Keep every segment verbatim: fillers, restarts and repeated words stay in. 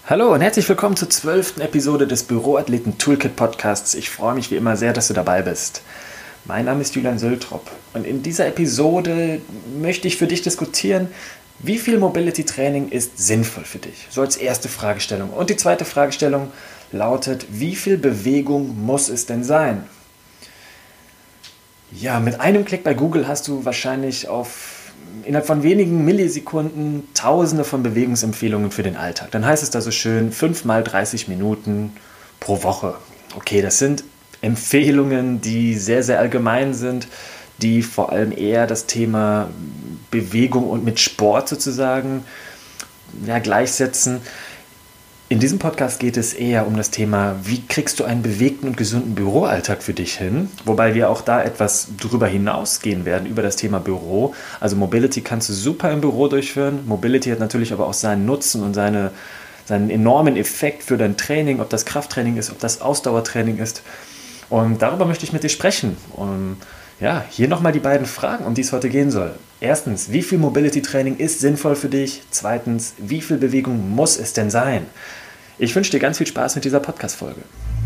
Hallo und herzlich willkommen zur zwölften Episode des Büroathleten Toolkit Podcasts. Ich freue mich wie immer sehr, dass du dabei bist. Mein Name ist Julian Söltrop und in dieser Episode möchte ich für dich diskutieren, wie viel Mobility Training ist sinnvoll für dich? So als erste Fragestellung. Und die zweite Fragestellung lautet, wie viel Bewegung muss es denn sein? Ja, mit einem Klick bei Google hast du wahrscheinlich auf innerhalb von wenigen Millisekunden tausende von Bewegungsempfehlungen für den Alltag. Dann heißt es da so schön fünf mal dreißig Minuten pro Woche. Okay, das sind Empfehlungen, die sehr, sehr allgemein sind, die vor allem eher das Thema Bewegung und mit Sport sozusagen ja, gleichsetzen. In diesem Podcast geht es eher um das Thema, wie kriegst du einen bewegten und gesunden Büroalltag für dich hin? Wobei wir auch da etwas drüber hinausgehen werden, über das Thema Büro. Also Mobility kannst du super im Büro durchführen. Mobility hat natürlich aber auch seinen Nutzen und seine, seinen enormen Effekt für dein Training, ob das Krafttraining ist, ob das Ausdauertraining ist. Und darüber möchte ich mit dir sprechen. Und ja, hier nochmal die beiden Fragen, um die es heute gehen soll. Erstens, wie viel Mobility-Training ist sinnvoll für dich? Zweitens, wie viel Bewegung muss es denn sein? Ich wünsche dir ganz viel Spaß mit dieser Podcast-Folge.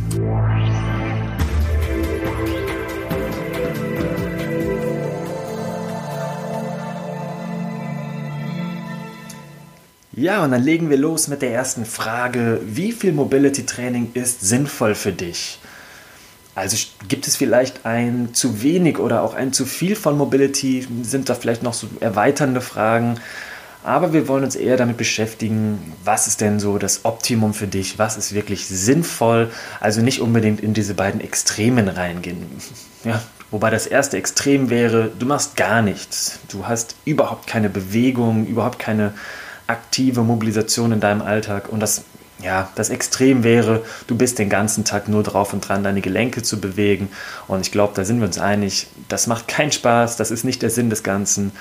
Ja, und dann legen wir los mit der ersten Frage. Wie viel Mobility-Training ist sinnvoll für dich? Also gibt es vielleicht ein zu wenig oder auch ein zu viel von Mobility? Sind da vielleicht noch so erweiternde Fragen? Aber wir wollen uns eher damit beschäftigen, was ist denn so das Optimum für dich? Was ist wirklich sinnvoll? Also nicht unbedingt in diese beiden Extremen reingehen. Ja, wobei das erste Extrem wäre, du machst gar nichts. Du hast überhaupt keine Bewegung, überhaupt keine aktive Mobilisation in deinem Alltag. Und das Ja, das Extrem wäre, du bist den ganzen Tag nur drauf und dran, deine Gelenke zu bewegen. Und ich glaube, da sind wir uns einig, das macht keinen Spaß, das ist nicht der Sinn des Ganzen.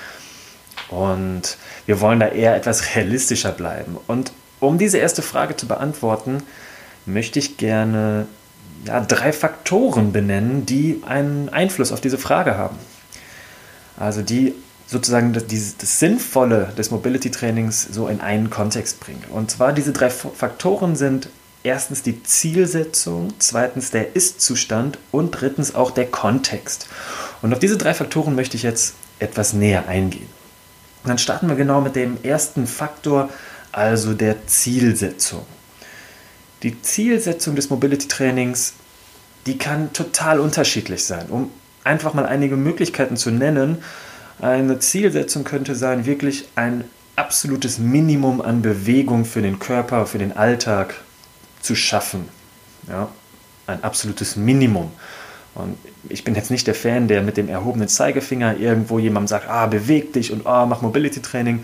Und wir wollen da eher etwas realistischer bleiben. Und um diese erste Frage zu beantworten, möchte ich gerne ja, drei Faktoren benennen, die einen Einfluss auf diese Frage haben. Also die sozusagen das, das Sinnvolle des Mobility-Trainings so in einen Kontext bringen. Und zwar diese drei Faktoren sind erstens die Zielsetzung, zweitens der Ist-Zustand und drittens auch der Kontext. Und auf diese drei Faktoren möchte ich jetzt etwas näher eingehen. Und dann starten wir genau mit dem ersten Faktor, also der Zielsetzung. Die Zielsetzung des Mobility-Trainings, die kann total unterschiedlich sein. Um einfach mal einige Möglichkeiten zu nennen, eine Zielsetzung könnte sein, wirklich ein absolutes Minimum an Bewegung für den Körper, für den Alltag zu schaffen. Ja, ein absolutes Minimum. Und ich bin jetzt nicht der Fan, der mit dem erhobenen Zeigefinger irgendwo jemandem sagt, ah, beweg dich und ah, mach Mobility-Training.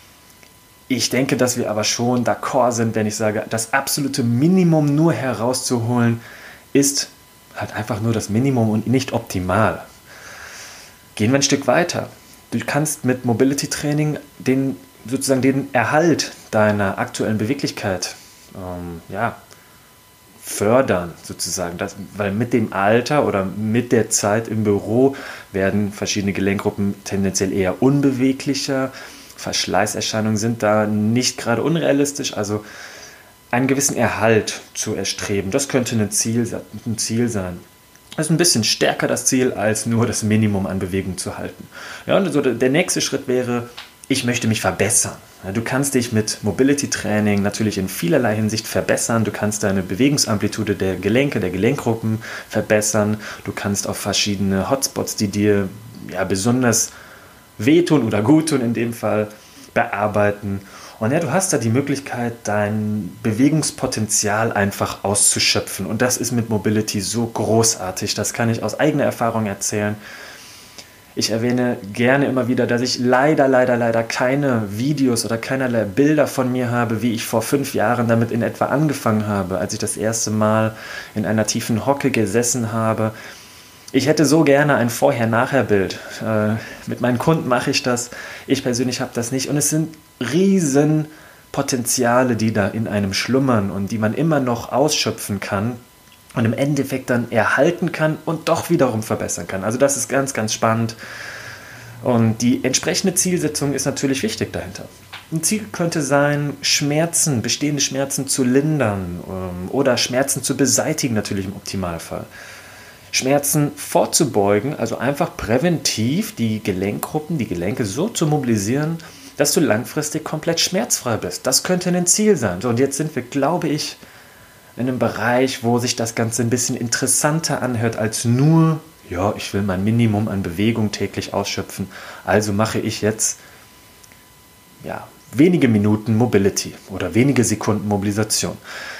Ich denke, dass wir aber schon d'accord sind, wenn ich sage, das absolute Minimum nur herauszuholen, ist halt einfach nur das Minimum und nicht optimal. Gehen wir ein Stück weiter. Du kannst mit Mobility-Training den, sozusagen den Erhalt deiner aktuellen Beweglichkeit ähm, ja, fördern, sozusagen. Das, weil mit dem Alter oder mit der Zeit im Büro werden verschiedene Gelenkgruppen tendenziell eher unbeweglicher. Verschleißerscheinungen sind da nicht gerade unrealistisch. Also einen gewissen Erhalt zu erstreben, das könnte ein Ziel, ein Ziel sein. Das ist ein bisschen stärker das Ziel, als nur das Minimum an Bewegung zu halten. Ja, und so der nächste Schritt wäre, ich möchte mich verbessern. Ja, du kannst dich mit Mobility-Training natürlich in vielerlei Hinsicht verbessern. Du kannst deine Bewegungsamplitude der Gelenke, der Gelenkgruppen verbessern. Du kannst auf verschiedene Hotspots, die dir ja, besonders wehtun oder guttun in dem Fall, bearbeiten. Und ja, du hast da die Möglichkeit, dein Bewegungspotenzial einfach auszuschöpfen. Und das ist mit Mobility so großartig. Das kann ich aus eigener Erfahrung erzählen. Ich erwähne gerne immer wieder, dass ich leider, leider, leider keine Videos oder keinerlei Bilder von mir habe, wie ich vor fünf Jahren damit in etwa angefangen habe, als ich das erste Mal in einer tiefen Hocke gesessen habe. Ich hätte so gerne ein Vorher-Nachher-Bild. Äh, mit meinen Kunden mache ich das. Ich persönlich habe das nicht. Und es sind riesen Potenziale, die da in einem schlummern und die man immer noch ausschöpfen kann und im Endeffekt dann erhalten kann und doch wiederum verbessern kann. Also das ist ganz, ganz spannend. Und die entsprechende Zielsetzung ist natürlich wichtig dahinter. Ein Ziel könnte sein, Schmerzen, bestehende Schmerzen zu lindern ähm, oder Schmerzen zu beseitigen, natürlich im Optimalfall. Schmerzen vorzubeugen, also einfach präventiv die Gelenkgruppen, die Gelenke so zu mobilisieren, dass du langfristig komplett schmerzfrei bist. Das könnte ein Ziel sein. So, und jetzt sind wir, glaube ich, in einem Bereich, wo sich das Ganze ein bisschen interessanter anhört als nur, ja, ich will mein Minimum an Bewegung täglich ausschöpfen, also mache ich jetzt ja, wenige Minuten Mobility oder wenige Sekunden Mobilisation.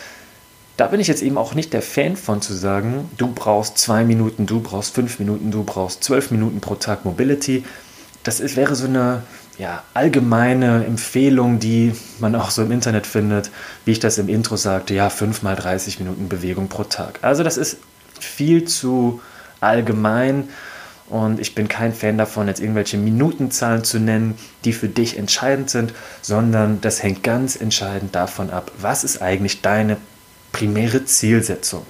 Da bin ich jetzt eben auch nicht der Fan von zu sagen, du brauchst zwei Minuten, du brauchst fünf Minuten, du brauchst zwölf Minuten pro Tag Mobility. Das ist, wäre so eine ja, allgemeine Empfehlung, die man auch so im Internet findet, wie ich das im Intro sagte, ja, fünf mal dreißig Minuten Bewegung pro Tag. Also das ist viel zu allgemein und ich bin kein Fan davon, jetzt irgendwelche Minutenzahlen zu nennen, die für dich entscheidend sind, sondern das hängt ganz entscheidend davon ab, was ist eigentlich deine primäre Zielsetzung.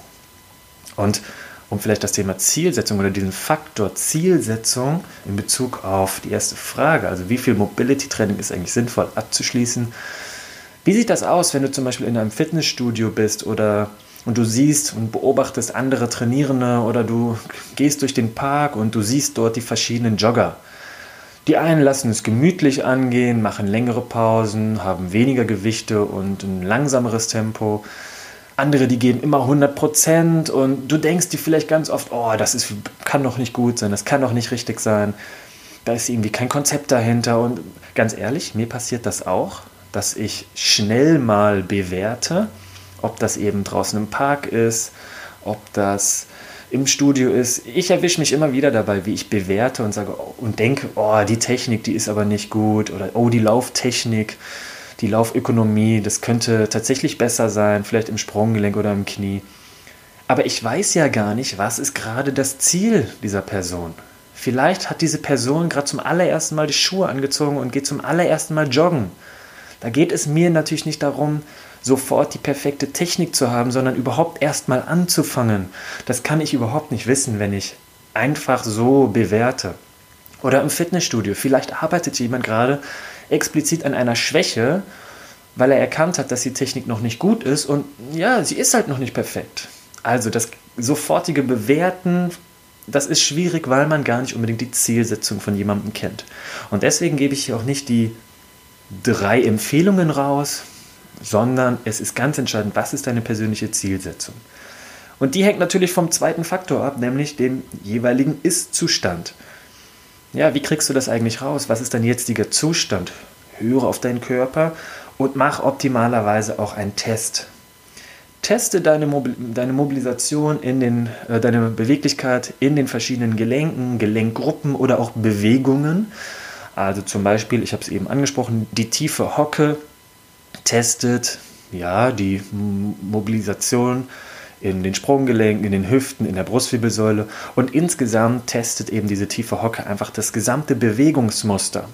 Und um vielleicht das Thema Zielsetzung oder diesen Faktor Zielsetzung in Bezug auf die erste Frage, also wie viel Mobility-Training ist eigentlich sinnvoll abzuschließen. Wie sieht das aus, wenn du zum Beispiel in einem Fitnessstudio bist oder und du siehst und beobachtest andere Trainierende oder du gehst durch den Park und du siehst dort die verschiedenen Jogger. Die einen lassen es gemütlich angehen, machen längere Pausen, haben weniger Gewichte und ein langsameres Tempo. Andere, die geben immer hundert Prozent und du denkst dir vielleicht ganz oft, oh, das ist, kann doch nicht gut sein, das kann doch nicht richtig sein. Da ist irgendwie kein Konzept dahinter. Und ganz ehrlich, mir passiert das auch, dass ich schnell mal bewerte, ob das eben draußen im Park ist, ob das im Studio ist. Ich erwische mich immer wieder dabei, wie ich bewerte und sage oh, und denke, oh, die Technik, die ist aber nicht gut oder oh, die Lauftechnik, die Laufökonomie, das könnte tatsächlich besser sein, vielleicht im Sprunggelenk oder im Knie. Aber ich weiß ja gar nicht, was ist gerade das Ziel dieser Person. Vielleicht hat diese Person gerade zum allerersten Mal die Schuhe angezogen und geht zum allerersten Mal joggen. Da geht es mir natürlich nicht darum, sofort die perfekte Technik zu haben, sondern überhaupt erst mal anzufangen. Das kann ich überhaupt nicht wissen, wenn ich einfach so bewerte. Oder im Fitnessstudio. Vielleicht arbeitet jemand gerade explizit an einer Schwäche, weil er erkannt hat, dass die Technik noch nicht gut ist und ja, sie ist halt noch nicht perfekt. Also das sofortige Bewerten, das ist schwierig, weil man gar nicht unbedingt die Zielsetzung von jemandem kennt. Und deswegen gebe ich hier auch nicht die drei Empfehlungen raus, sondern es ist ganz entscheidend, was ist deine persönliche Zielsetzung. Und die hängt natürlich vom zweiten Faktor ab, nämlich dem jeweiligen Ist-Zustand. Ja, wie kriegst du das eigentlich raus? Was ist dein jetziger Zustand? Höre auf deinen Körper und mach optimalerweise auch einen Test. Teste deine, Mobil- deine Mobilisation, in den, äh, deine Beweglichkeit in den verschiedenen Gelenken, Gelenkgruppen oder auch Bewegungen. Also zum Beispiel, ich habe es eben angesprochen, die tiefe Hocke testet ja, die M- Mobilisation in den Sprunggelenken, in den Hüften, in der Brustwirbelsäule und insgesamt testet eben diese tiefe Hocke einfach das gesamte Bewegungsmuster.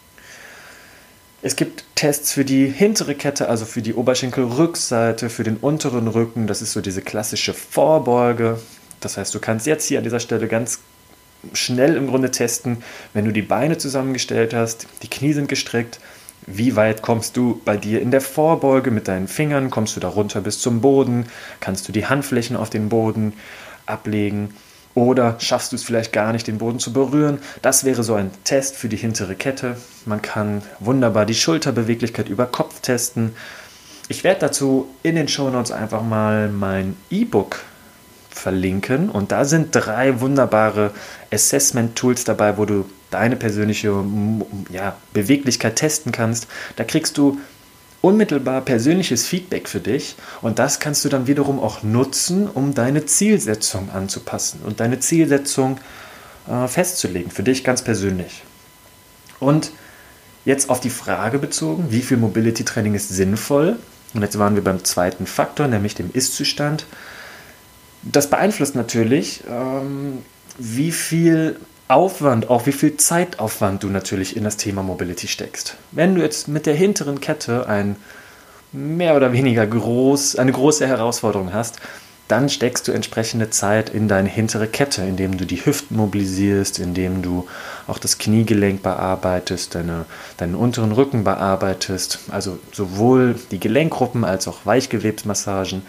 Es gibt Tests für die hintere Kette, also für die Oberschenkelrückseite, für den unteren Rücken, das ist so diese klassische Vorbeuge. Das heißt, du kannst jetzt hier an dieser Stelle ganz schnell im Grunde testen, wenn du die Beine zusammengestellt hast, die Knie sind gestreckt, wie weit kommst du bei dir in der Vorbeuge mit deinen Fingern? Kommst du da runter bis zum Boden? Kannst du die Handflächen auf den Boden ablegen? Oder schaffst du es vielleicht gar nicht, den Boden zu berühren? Das wäre so ein Test für die hintere Kette. Man kann wunderbar die Schulterbeweglichkeit über Kopf testen. Ich werde dazu in den Shownotes einfach mal mein E-Book verlinken. Und da sind drei wunderbare Assessment-Tools dabei, wo du deine persönliche ja, Beweglichkeit testen kannst. Da kriegst du unmittelbar persönliches Feedback für dich und das kannst du dann wiederum auch nutzen, um deine Zielsetzung anzupassen und deine Zielsetzung äh, festzulegen, für dich ganz persönlich. Und jetzt auf die Frage bezogen, wie viel Mobility-Training ist sinnvoll? Und jetzt waren wir beim zweiten Faktor, nämlich dem Ist-Zustand. Das beeinflusst natürlich, ähm, wie viel Aufwand, auch wie viel Zeitaufwand du natürlich in das Thema Mobility steckst. Wenn du jetzt mit der hinteren Kette ein mehr oder weniger groß, eine große Herausforderung hast, dann steckst du entsprechende Zeit in deine hintere Kette, indem du die Hüften mobilisierst, indem du auch das Kniegelenk bearbeitest, deine, deinen unteren Rücken bearbeitest, also sowohl die Gelenkgruppen als auch Weichgewebsmassagen.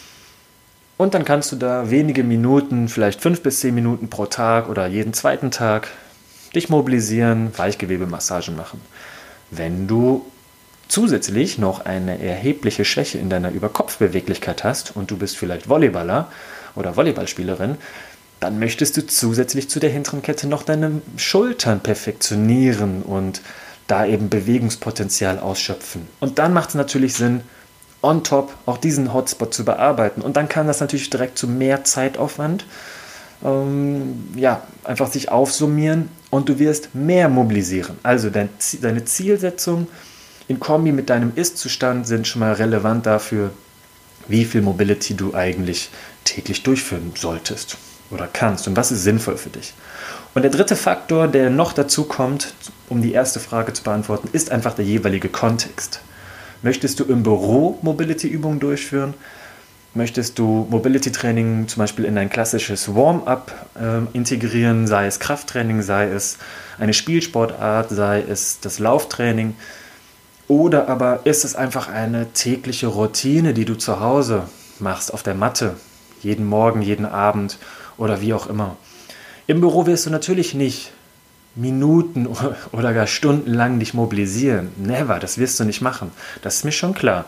Und dann kannst du da wenige Minuten, vielleicht fünf bis zehn Minuten pro Tag oder jeden zweiten Tag dich mobilisieren, Weichgewebemassagen machen. Wenn du zusätzlich noch eine erhebliche Schwäche in deiner Überkopfbeweglichkeit hast und du bist vielleicht Volleyballer oder Volleyballspielerin, dann möchtest du zusätzlich zu der hinteren Kette noch deine Schultern perfektionieren und da eben Bewegungspotenzial ausschöpfen. Und dann macht es natürlich Sinn, on top auch diesen Hotspot zu bearbeiten. Und dann kann das natürlich direkt zu mehr Zeitaufwand ähm, ja, einfach sich aufsummieren und du wirst mehr mobilisieren. Also dein, deine Zielsetzung in Kombi mit deinem Ist-Zustand sind schon mal relevant dafür, wie viel Mobility du eigentlich täglich durchführen solltest oder kannst und was ist sinnvoll für dich. Und der dritte Faktor, der noch dazu kommt, um die erste Frage zu beantworten, ist einfach der jeweilige Kontext. Möchtest du im Büro Mobility-Übungen durchführen? Möchtest du Mobility-Training zum Beispiel in ein klassisches Warm-up äh, integrieren, sei es Krafttraining, sei es eine Spielsportart, sei es das Lauftraining? Oder aber ist es einfach eine tägliche Routine, die du zu Hause machst, auf der Matte, jeden Morgen, jeden Abend oder wie auch immer. Im Büro wirst du natürlich nicht Minuten oder gar stundenlang dich mobilisieren. Never, das wirst du nicht machen. Das ist mir schon klar.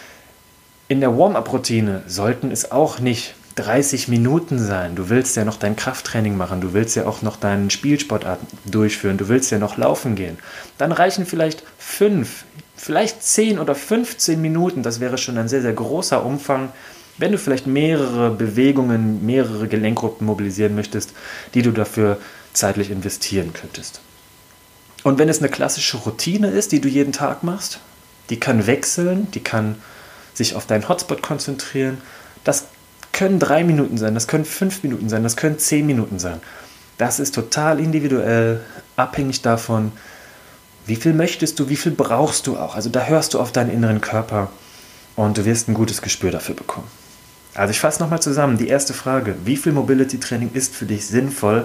In der Warm-up-Routine sollten es auch nicht dreißig Minuten sein. Du willst ja noch dein Krafttraining machen, du willst ja auch noch deinen Spielsportart durchführen, du willst ja noch laufen gehen. Dann reichen vielleicht fünf, vielleicht zehn oder fünfzehn Minuten, das wäre schon ein sehr, sehr großer Umfang, wenn du vielleicht mehrere Bewegungen, mehrere Gelenkgruppen mobilisieren möchtest, die du dafür zeitlich investieren könntest. Und wenn es eine klassische Routine ist, die du jeden Tag machst, die kann wechseln, die kann sich auf deinen Hotspot konzentrieren, das können drei Minuten sein, das können fünf Minuten sein, das können zehn Minuten sein. Das ist total individuell, abhängig davon, wie viel möchtest du, wie viel brauchst du auch. Also da hörst du auf deinen inneren Körper und du wirst ein gutes Gespür dafür bekommen. Also ich fasse nochmal zusammen. Die erste Frage, wie viel Mobility-Training ist für dich sinnvoll?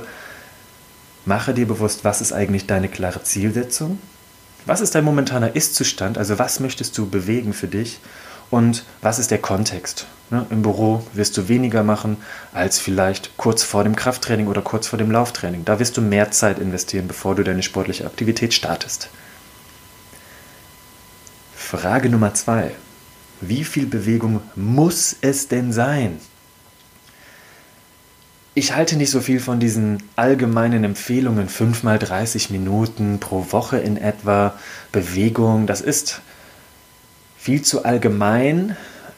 Mache dir bewusst, was ist eigentlich deine klare Zielsetzung? Was ist dein momentaner Ist-Zustand? Also was möchtest du bewegen für dich? Und was ist der Kontext? Ne, im Büro wirst du weniger machen als vielleicht kurz vor dem Krafttraining oder kurz vor dem Lauftraining. Da wirst du mehr Zeit investieren, bevor du deine sportliche Aktivität startest. Frage Nummer zwei. Wie viel Bewegung muss es denn sein? Ich halte nicht so viel von diesen allgemeinen Empfehlungen, fünf mal dreißig Minuten pro Woche in etwa Bewegung. Das ist viel zu allgemein.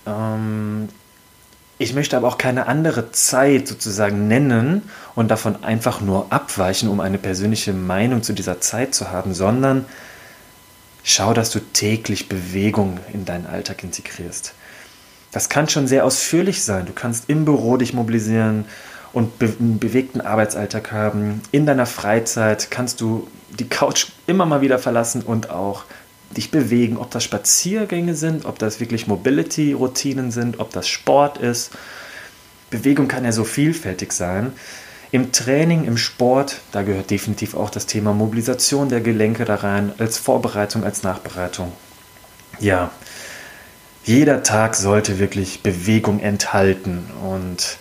Ich möchte aber auch keine andere Zeit sozusagen nennen und davon einfach nur abweichen, um eine persönliche Meinung zu dieser Zeit zu haben, sondern schau, dass du täglich Bewegung in deinen Alltag integrierst. Das kann schon sehr ausführlich sein. Du kannst im Büro dich mobilisieren und be- einen bewegten Arbeitsalltag haben. In deiner Freizeit kannst du die Couch immer mal wieder verlassen und auch dich bewegen, ob das Spaziergänge sind, ob das wirklich Mobility-Routinen sind, ob das Sport ist. Bewegung kann ja so vielfältig sein. Im Training, im Sport, da gehört definitiv auch das Thema Mobilisation der Gelenke da rein, als Vorbereitung, als Nachbereitung. Ja, jeder Tag sollte wirklich Bewegung enthalten und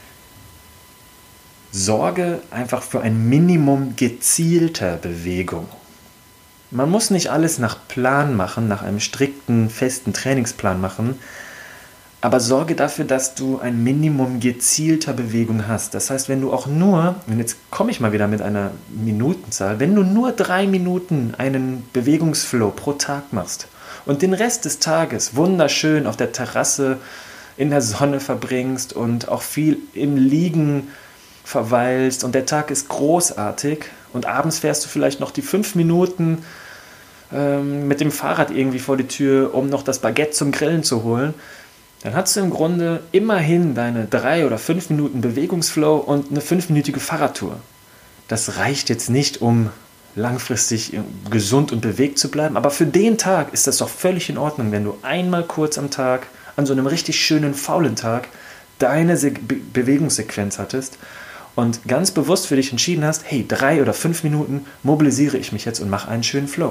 sorge einfach für ein Minimum gezielter Bewegung. Man muss nicht alles nach Plan machen, nach einem strikten, festen Trainingsplan machen, aber sorge dafür, dass du ein Minimum gezielter Bewegung hast. Das heißt, wenn du auch nur, und jetzt komme ich mal wieder mit einer Minutenzahl, wenn du nur drei Minuten einen Bewegungsflow pro Tag machst und den Rest des Tages wunderschön auf der Terrasse in der Sonne verbringst und auch viel im Liegen verweilst und der Tag ist großartig und abends fährst du vielleicht noch die fünf Minuten ähm, mit dem Fahrrad irgendwie vor die Tür, um noch das Baguette zum Grillen zu holen, dann hast du im Grunde immerhin deine drei oder fünf Minuten Bewegungsflow und eine fünfminütige Fahrradtour. Das reicht jetzt nicht, um langfristig gesund und bewegt zu bleiben, aber für den Tag ist das doch völlig in Ordnung, wenn du einmal kurz am Tag, an so einem richtig schönen, faulen Tag, deine Se- Be- Bewegungssequenz hattest und ganz bewusst für dich entschieden hast, hey, drei oder fünf Minuten mobilisiere ich mich jetzt und mache einen schönen Flow.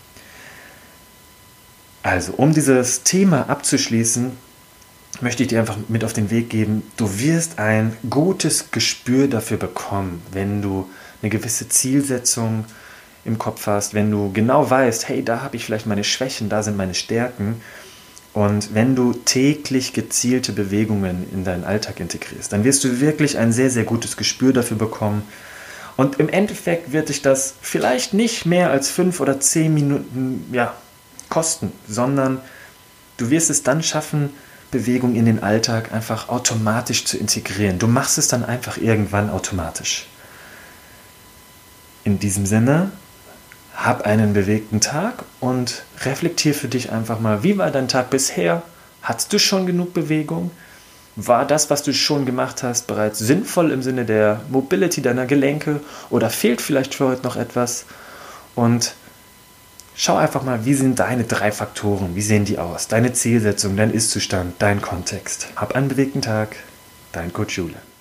Also, um dieses Thema abzuschließen, möchte ich dir einfach mit auf den Weg geben, du wirst ein gutes Gespür dafür bekommen, wenn du eine gewisse Zielsetzung im Kopf hast, wenn du genau weißt, hey, da habe ich vielleicht meine Schwächen, da sind meine Stärken. Und wenn du täglich gezielte Bewegungen in deinen Alltag integrierst, dann wirst du wirklich ein sehr, sehr gutes Gespür dafür bekommen. Und im Endeffekt wird dich das vielleicht nicht mehr als fünf oder zehn Minuten ja, kosten, sondern du wirst es dann schaffen, Bewegung in den Alltag einfach automatisch zu integrieren. Du machst es dann einfach irgendwann automatisch. In diesem Sinne, hab einen bewegten Tag und reflektier für dich einfach mal, wie war dein Tag bisher? Hattest du schon genug Bewegung? War das, was du schon gemacht hast, bereits sinnvoll im Sinne der Mobility deiner Gelenke oder fehlt vielleicht für heute noch etwas? Und schau einfach mal, wie sind deine drei Faktoren, wie sehen die aus? Deine Zielsetzung, dein Ist-Zustand, dein Kontext. Hab einen bewegten Tag, dein Coach Jule.